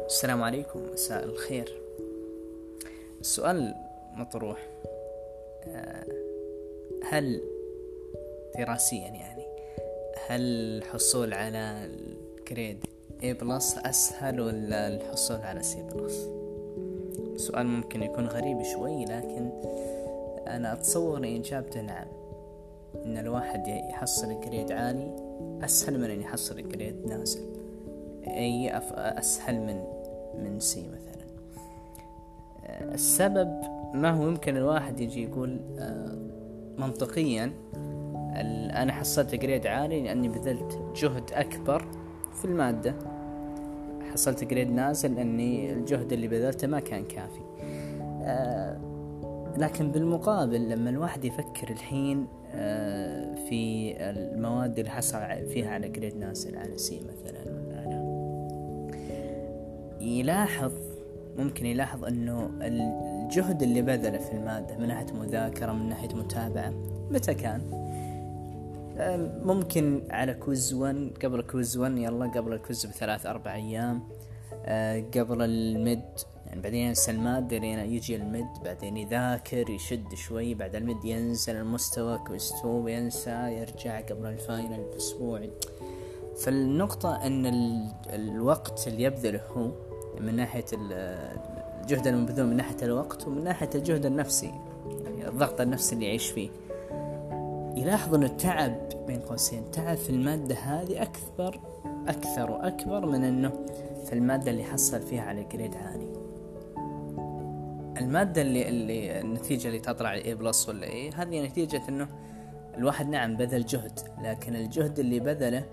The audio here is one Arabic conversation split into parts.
السلام عليكم، مساء الخير. السؤال مطروح، هل دراسيا هل الحصول على الجريد A+ أسهل ولا الحصول على C+؟ سؤال ممكن يكون غريب شوي، لكن أنا أتصور إن إجابته نعم، إن الواحد يحصل جريد عالي أسهل من أن يحصل جريد نازل، أي أسهل من C مثلا. السبب ما هو يمكن الواحد يجي يقول منطقيا أنا حصلت جريد عالي لأني بذلت جهد أكبر في المادة، حصلت جريد نازل لأني الجهد اللي بذلته ما كان كافي. لكن بالمقابل لما الواحد يفكر الحين في المواد اللي حصل فيها على جريد نازل على C مثلا، ممكن يلاحظ أنه الجهد اللي بذله في المادة من ناحية مذاكرة، من ناحية متابعة، متى كان ممكن على كويز 1، قبل كويز 1 قبل الكويز ب3-4 أيام، قبل الميد، بعدين ينسى المادة لين يجي الميد، بعدين يذاكر يشد شوي، بعد الميد ينزل المستوى، كويز 2 ينسى، يرجع قبل الفاينل بأسبوع. فالنقطة أن الوقت اللي يبذله هو من ناحية الجهد المبذول، من ناحية الوقت ومن ناحية الجهد النفسي، الضغط النفسي اللي يعيش فيه، يلاحظ أنه التعب بين قوسين تعب في المادة هذه أكثر وأكبر من أنه في المادة اللي حصل فيها على جريد عالي. المادة اللي النتيجة اللي تطلع على A+ ولا A، هذه نتيجة أنه الواحد نعم بذل جهد، لكن الجهد اللي بذله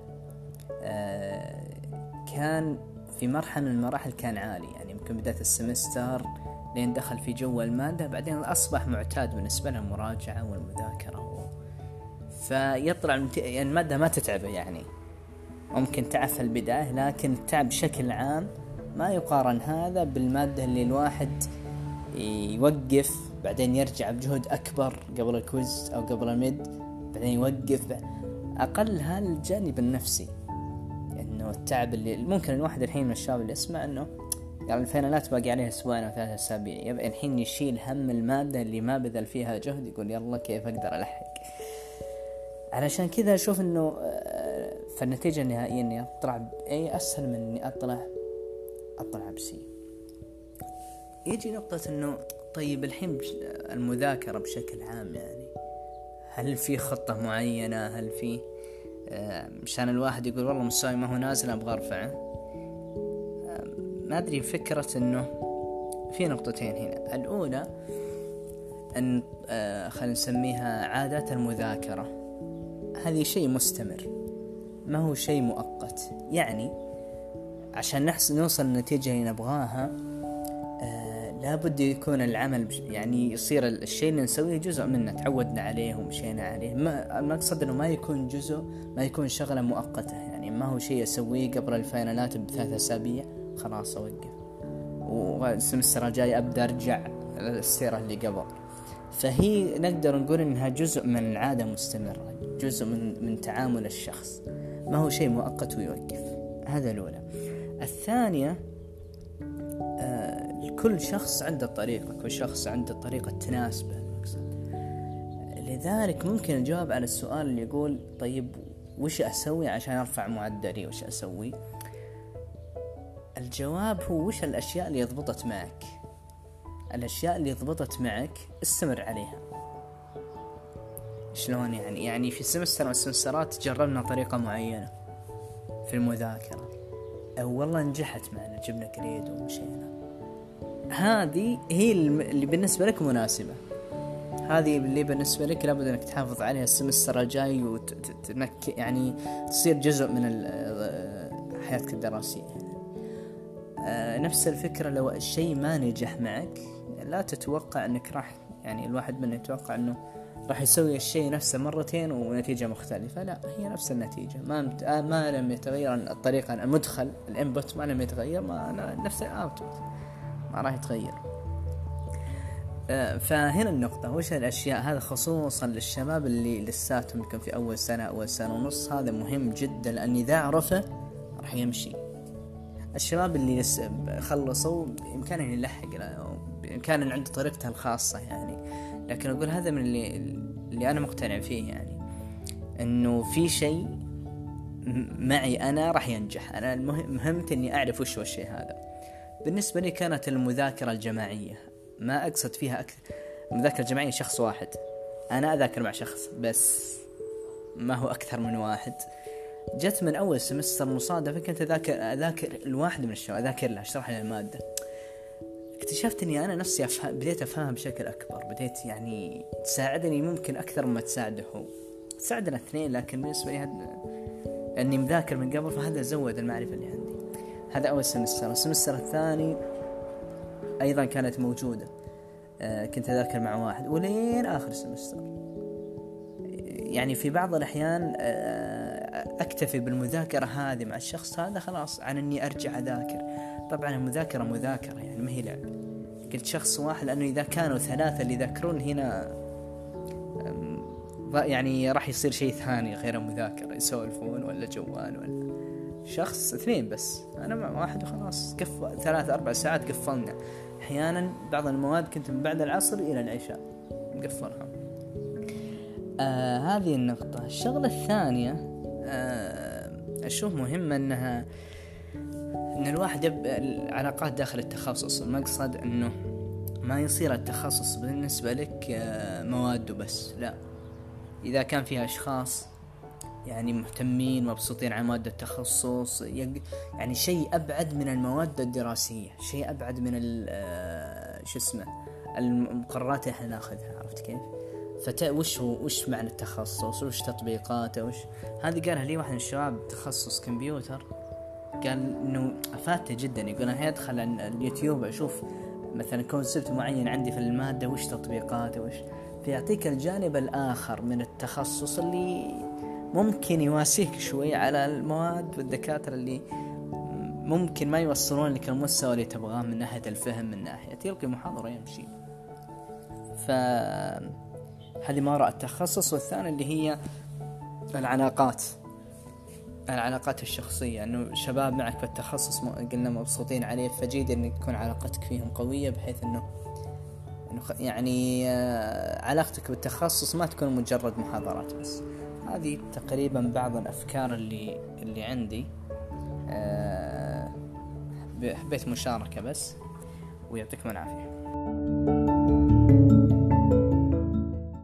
كان في مرحلة من المراحل كان عالي، يمكن بداية السمستر لين دخل في جو المادة، بعدين أصبح معتاد بالنسبة له المراجعة والمذاكرة، فيطلع المادة ما تتعبه. ممكن تعب في البداية، لكن التعب بشكل عام ما يقارن هذا بالمادة اللي الواحد يوقف بعدين يرجع بجهد أكبر قبل الكويز أو قبل الميد، بعدين يوقف أقل. هالجانب النفسي إنه التعب اللي ممكن الواحد الحين من الشباب اللي يسمع إنه الفينالات باقي عليها 2 أو 3 أسابيع، يبقى الحين يشيل هم المادة اللي ما بذل فيها جهد، يقول يلا كيف أقدر ألحق. علشان كذا أشوف إنه فالنتيجة النهائية إني أطلع بأي أسهل من إني أطلع بسي. يجي نقطة إنه طيب الحين المذاكرة بشكل عام، هل في خطة معينة؟ هل في مشان الواحد يقول والله مستواي ما هو نازل أبغى أرفعه؟ ما أدري. فكرة إنه في نقطتين هنا. الأولى أن خلينا نسميها عادات المذاكرة، هذه شيء مستمر ما هو شيء مؤقت. عشان نوصل للنتيجة اللي نبغاها لابد يكون العمل يصير الشيء اللي نسويه جزء منه، تعودنا عليه ومشينا عليه. ما أقصد إنه ما يكون جزء، ما يكون شغلة مؤقتة، ما هو شيء أسويه قبل الفاينالات ب3 أسابيع خلاص أوقف، والسمستر الجاي أبدأ أرجع السيرة اللي قبل. فهي نقدر نقول إنها جزء من العادة مستمرة، جزء من تعامل الشخص، ما هو شيء مؤقت ويوقف. هذا الأولى. الثانية، كل شخص عنده طريقة، كل شخص عنده طريقة تناسبه المقصد. لذلك ممكن الجواب على السؤال اللي يقول طيب وش أسوي عشان أرفع معدلي، وش أسوي؟ الجواب هو وش الأشياء اللي ضبطت معك. الأشياء اللي ضبطت معك استمر عليها. شلون في سمستر من السمسترات جربنا طريقة معينة في المذاكرة، أو والله نجحت معنا، جبنا جريد ومشينا. هذه هي اللي بالنسبة لك مناسبة، هذه اللي بالنسبة لك لابد أنك تحافظ عليها السمستر الجاي، تصير جزء من حياتك الدراسية. نفس الفكرة لو الشيء ما نجح معك، لا تتوقع أنك راح الواحد منه يتوقع أنه راح يسوي الشيء نفسه مرتين ونتيجة مختلفة. لا، هي نفس النتيجة، ما لم يتغير الطريقة، المدخل الانبوت ما لم يتغير، ما نفس الاوتبوت ما راح يتغير. فهنا النقطة، وش الأشياء هذا خصوصا للشباب اللي لساتهم يمكن في أول سنة ونص. هذا مهم جدا، لأن إذا عرفه راح يمشي. الشباب اللي خلصوا بإمكانه يلحق، بإمكانه عنده طريقته الخاصة يعني. لكن أقول هذا من اللي أنا مقتنع فيه، يعني إنه في شيء معي أنا راح ينجح. أنا مهمتي إني أعرف وش هو الشيء هذا. بالنسبة لي كانت المذاكرة الجماعية، ما أقصد فيها المذاكرة الجماعية شخص واحد، أنا أذاكر مع شخص بس، ما هو أكثر من واحد. جت من أول سمستر مصادفة كنت أذاكر الواحد من الشباب، أذاكر له، أشرح له المادة. اكتشفت أني أنا نفسي بديت أفهم بشكل أكبر، بديت يعني تساعدني ممكن أكثر مما تساعده هو. تساعدنا اثنين، لكن بالنسبة لي أني مذاكر من قبل، فهذا زود المعرفة اللي عندي. هذا أول سمستر. السمستر الثاني أيضا كانت موجودة، كنت أذاكر مع واحد، ولين آخر سمستر يعني في بعض الأحيان أكتفي بالمذاكرة هذه مع الشخص هذا، خلاص عن أني أرجع أذاكر. طبعا المذاكرة مذاكرة يعني ما هي لعب. قلت شخص واحد لأنه إذا كانوا ثلاثة اللي يذاكرون هنا يعني راح يصير شيء ثاني غير المذاكرة، يسولفون ولا جوال ولا. شخص اثنين بس، أنا مع واحد وخلاص 3-4 ساعات قفلنا. أحيانا بعض المواد كنت من بعد العصر إلى العشاء مقفلها. هذه النقطة. الشغلة الثانية أشوف مهمة أن الواحد العلاقات داخل التخصص. المقصد أنه ما يصير التخصص بالنسبة لك مواد بس، لا. إذا كان فيها أشخاص يعني مهتمين مبسوطين على مادة التخصص، يعني شيء أبعد من المواد الدراسية، شيء أبعد من المقررات اللي احنا ناخذها، عرفت كيف؟ وش معنى التخصص، وش تطبيقاته، وش هذه. قالها لي واحد من الشباب تخصص كمبيوتر، قال إنه أفادته جدا. يقول أنا أدخل اليوتيوب أشوف مثلا كونسبت معين عندي في المادة، وش تطبيقاته، وش فيعطيك الجانب الآخر من التخصص اللي ممكن يواسيك شوي على المواد والدكاترة اللي ممكن ما يوصلون لك المستوى اللي تبغاه من ناحية الفهم، من ناحية يلقي محاضرة يمشي. فهذه ما رأى التخصص. والثاني اللي هي العلاقات الشخصية، أنه شباب معك في التخصص قلنا مبسوطين عليه، فجيد أن تكون علاقتك فيهم قوية، بحيث أنه يعني علاقتك بالتخصص ما تكون مجرد محاضرات بس. هذه تقريبا بعض الأفكار اللي عندي. حبيت مشاركة بس، ويعطيكم العافية.